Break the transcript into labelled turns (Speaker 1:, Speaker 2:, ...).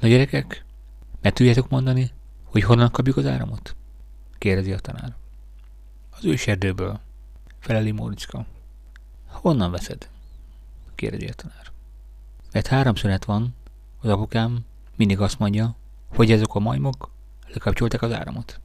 Speaker 1: Na gyerekek, meg tudjátok mondani, hogy honnan kapjuk az áramot? Kérdezi a tanár. Az őserdőből, feleli Móriczka. Honnan veszed? Kérdezi a tanár. Mert 3 szünet van, az apukám mindig azt mondja, hogy ezek a majmok lekapcsolták az áramot.